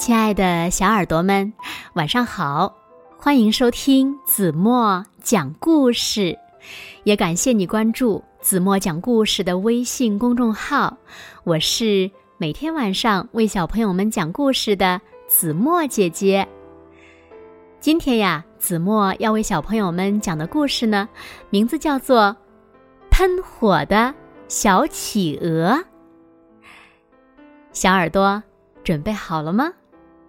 亲爱的小耳朵们，晚上好，欢迎收听子墨讲故事，也感谢你关注子墨讲故事的微信公众号，我是每天晚上为小朋友们讲故事的子墨姐姐。今天呀，子墨要为小朋友们讲的故事呢，名字叫做喷火的小企鹅。小耳朵准备好了吗？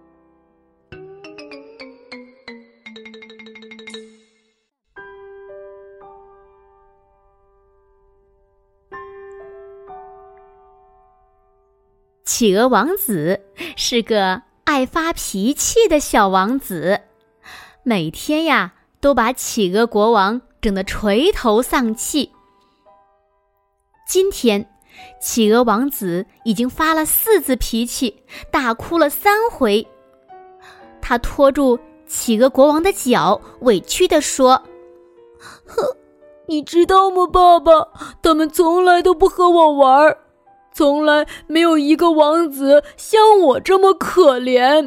企鹅王子是个爱发脾气的小王子，每天呀都把企鹅国王整得垂头丧气。今天企鹅王子已经发了4次脾气，大哭了3回。他拖住企鹅国王的脚，委屈地说： 你知道吗，爸爸，他们从来都不和我玩，从来没有一个王子像我这么可怜。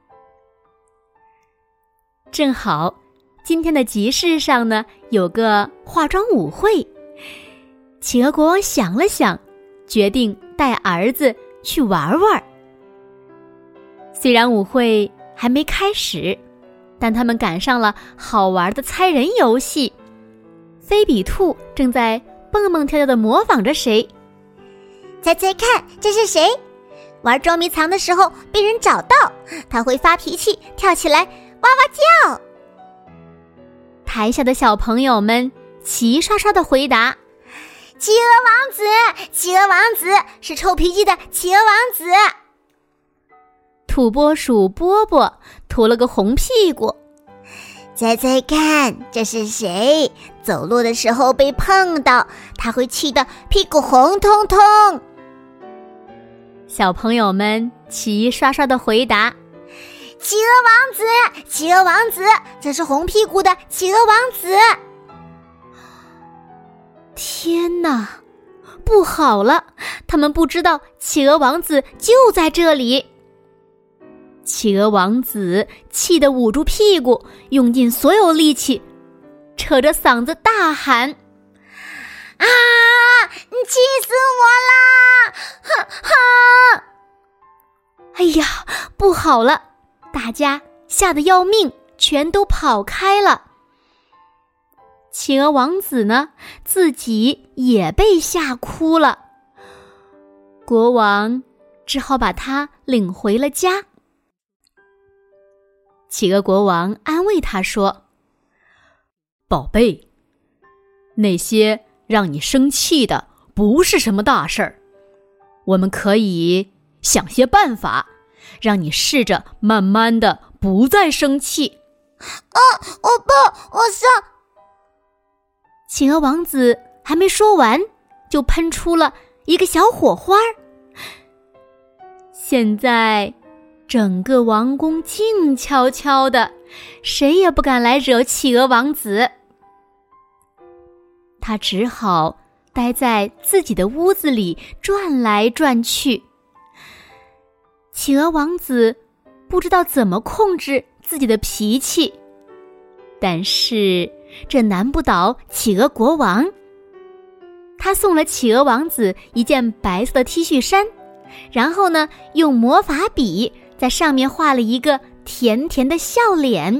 正好今天的集市上呢，有个化妆舞会。企鹅国王想了想，决定带儿子去玩玩。虽然舞会还没开始，但他们赶上了好玩的猜人游戏。菲比兔正在蹦蹦跳跳地模仿着谁。 猜猜看，这是谁？玩捉迷藏的时候被人找到，他会发脾气，跳起来哇哇叫。 台下的小朋友们齐刷刷地回答： 企鹅王子，企鹅王子，是臭脾气的企鹅王子。 土拨鼠波波涂了个红屁股。 猜猜看，这是谁？走路的时候被碰到，他会气得屁股红彤彤。 小朋友们齐刷刷地回答： 企鹅王子，企鹅王子，这是红屁股的企鹅王子。 天哪，不好了，他们不知道企鹅王子就在这里。企鹅王子气得捂住屁股，用尽所有力气，扯着嗓子大喊： 啊，你气死我啦！哈哈！ 哎呀，不好了，大家吓得要命，全都跑开了。企鹅王子呢，自己也被吓哭了。国王只好把他领回了家。企鹅国王安慰他说： 宝贝，那些让你生气的不是什么大事儿，我们可以想些办法，让你试着慢慢的不再生气。 我不，我想…… 企鹅王子还没说完，就喷出了一个小火花。现在整个王宫静悄悄的，谁也不敢来惹企鹅王子。他只好待在自己的屋子里转来转去。企鹅王子不知道怎么控制自己的脾气，但是这难不倒企鹅国王。他送了企鹅王子一件白色的 T 恤衫，然后呢，用魔法笔在上面画了一个甜甜的笑脸。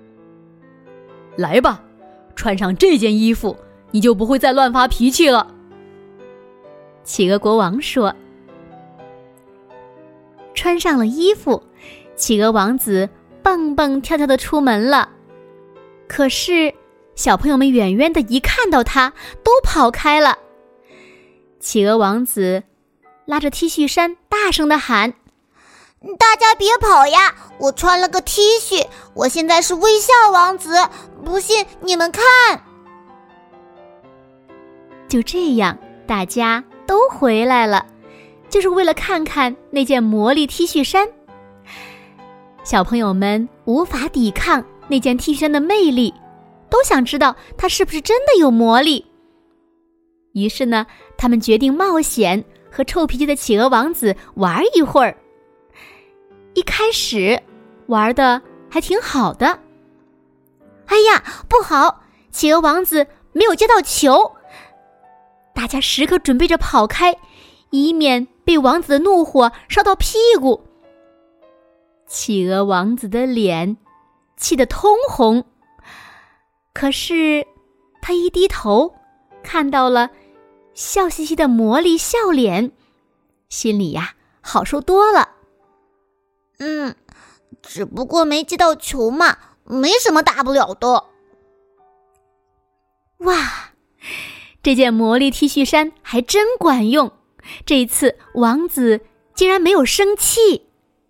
来吧，穿上这件衣服，你就不会再乱发脾气了。 企鹅国王说。穿上了衣服，企鹅王子蹦蹦跳跳地出门了。可是小朋友们远远的一看到他，都跑开了。企鹅王子拉着 T 恤衫大声地喊： 大家别跑呀，我穿了个 T 恤，我现在是微笑王子，不信你们看。 就这样，大家都回来了，就是为了看看那件魔力 T 恤衫。小朋友们无法抵抗那件 T 恤衫的魅力，都想知道它是不是真的有魔力。于是呢，他们决定冒险和臭脾气的企鹅王子玩一会儿。 一开始玩的还挺好的。 哎呀，不好！企鹅王子没有接到球， 大家时刻准备着跑开，以免被王子的怒火烧到屁股。企鹅王子的脸气得通红，可是他一低头，看到了笑嘻嘻的魔力笑脸，心里呀，好受多了。 只不过没接到球嘛，没什么大不了的。 哇，这件魔力 T 恤衫还真管用，这一次王子竟然没有生气。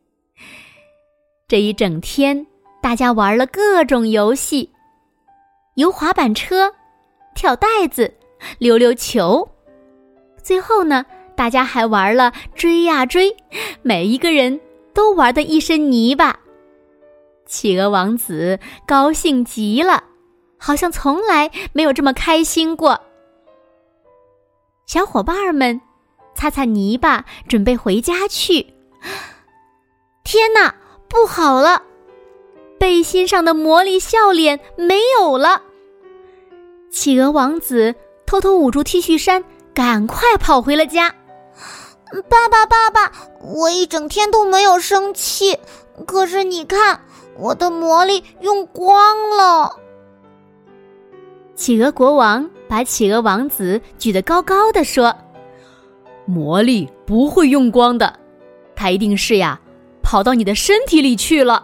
这一整天，大家玩了各种游戏，游滑板车、跳袋子、溜溜球。最后呢，大家还玩了追呀追，每一个人都玩得一身泥巴。企鹅王子高兴极了，好像从来没有这么开心过。小伙伴们擦擦泥巴，准备回家去。天哪，不好了！背心上的魔力笑脸没有了。企鹅王子偷偷捂住 T 恤衫，赶快跑回了家。 爸爸，我一整天都没有生气，可是你看，我的魔力用光了。 企鹅国王把企鹅王子举得高高的说：魔力不会用光的，它一定是呀，跑到你的身体里去了。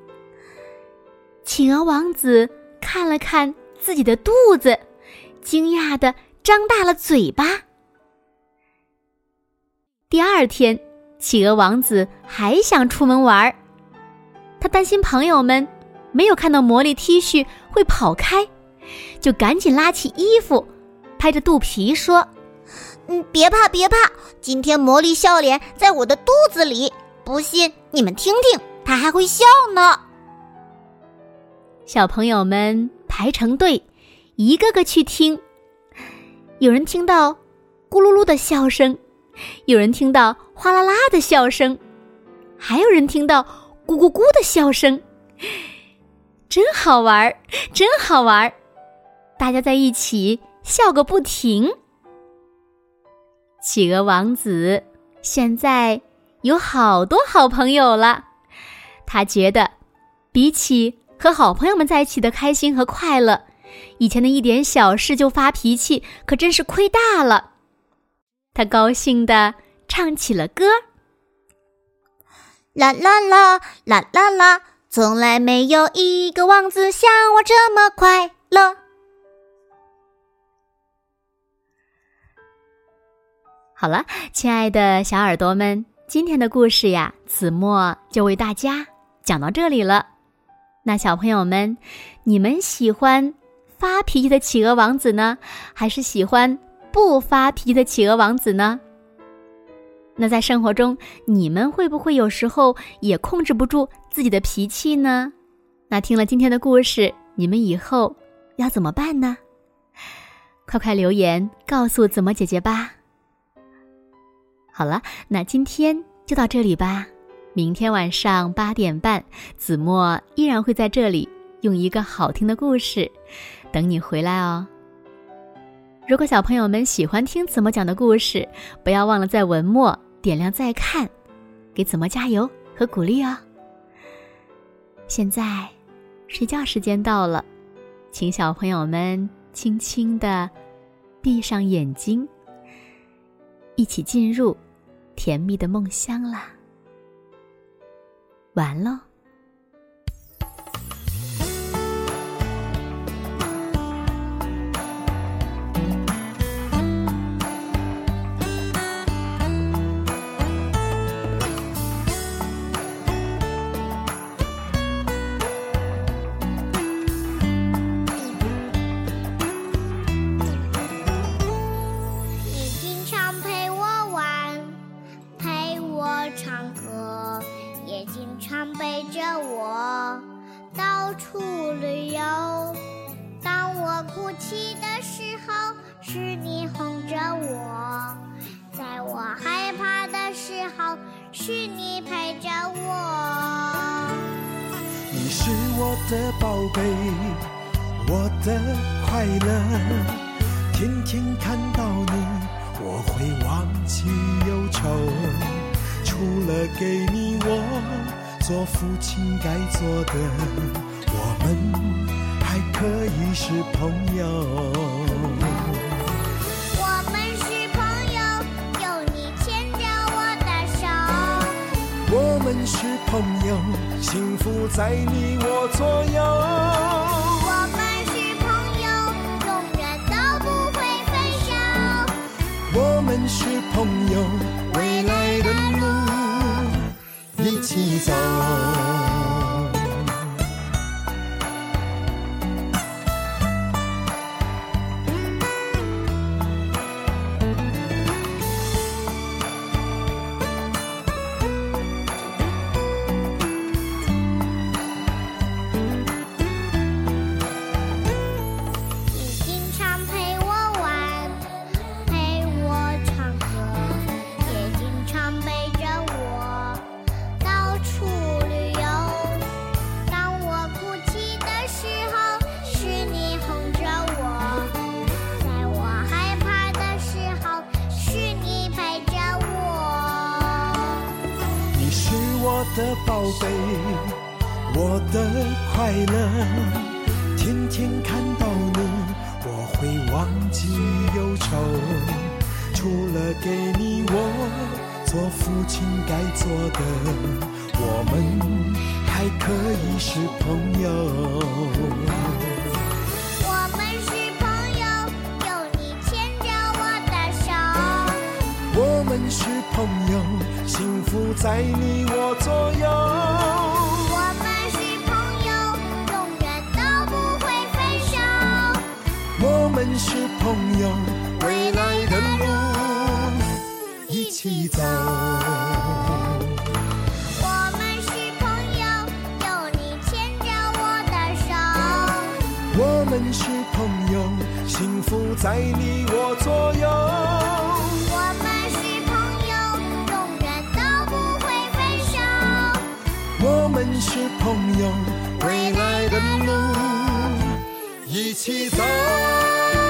企鹅王子看了看自己的肚子，惊讶地张大了嘴巴。第二天，企鹅王子还想出门玩，他担心朋友们没有看到魔力 T 恤会跑开，就赶紧拉起衣服，拍着肚皮说： 别怕，今天魔力笑脸在我的肚子里，不信你们听听，它还会笑呢。 小朋友们排成队，一个个去听。有人听到咕噜噜的笑声，有人听到哗啦啦的笑声，还有人听到咕咕咕的笑声。真好玩，真好玩！大家在一起笑个不停。企鹅王子现在有好多好朋友了，他觉得比起和好朋友们在一起的开心和快乐，以前的一点小事就发脾气，可真是亏大了。他高兴地唱起了歌： 啦啦啦，啦啦啦，从来没有一个王子像我这么快乐。 好了，亲爱的小耳朵们，今天的故事呀，子墨就为大家讲到这里了。那小朋友们，你们喜欢发脾气的企鹅王子呢，还是喜欢不发脾气的企鹅王子呢？那在生活中，你们会不会有时候也控制不住自己的脾气呢？那听了今天的故事，你们以后要怎么办呢？快快留言告诉子墨姐姐吧。好了，那今天就到这里吧。明天晚上8点半，子墨依然会在这里用一个好听的故事等你回来哦。如果小朋友们喜欢听子墨讲的故事，不要忘了在文末点亮再看，给子墨加油和鼓励哦。现在睡觉时间到了，请小朋友们轻轻地闭上眼睛，一起进入甜蜜的梦乡啦。晚安喽。 陪着我到处旅游，当我哭泣的时候，是你哄着我，在我害怕的时候，是你陪着我。 是我的宝贝，我的快乐，天天看到你，我会忘记忧愁。除了给你我做父亲该做的，我们还可以是朋友。 我们是朋友，有你牵着我的手。 我们是朋友，幸福在你我左右。 我们是朋友，永远都不会分手。 我们是朋友，未来的路一起走。我的宝贝，我的快乐，天天看到你，我会忘记忧愁。除了给你我做父亲该做的，我们还可以是朋友。 我们是朋友，有你牵着我的手。 我们是朋友，幸福在你我左右。 我们是朋友，永远都不会分手。 我们是朋友，未来的路一起走。 我们是朋友，有你牵着我的手。 我们是朋友，幸福在你我左右。 我们是朋友，永远都不会分手。 我们是朋友，未来的路一起走。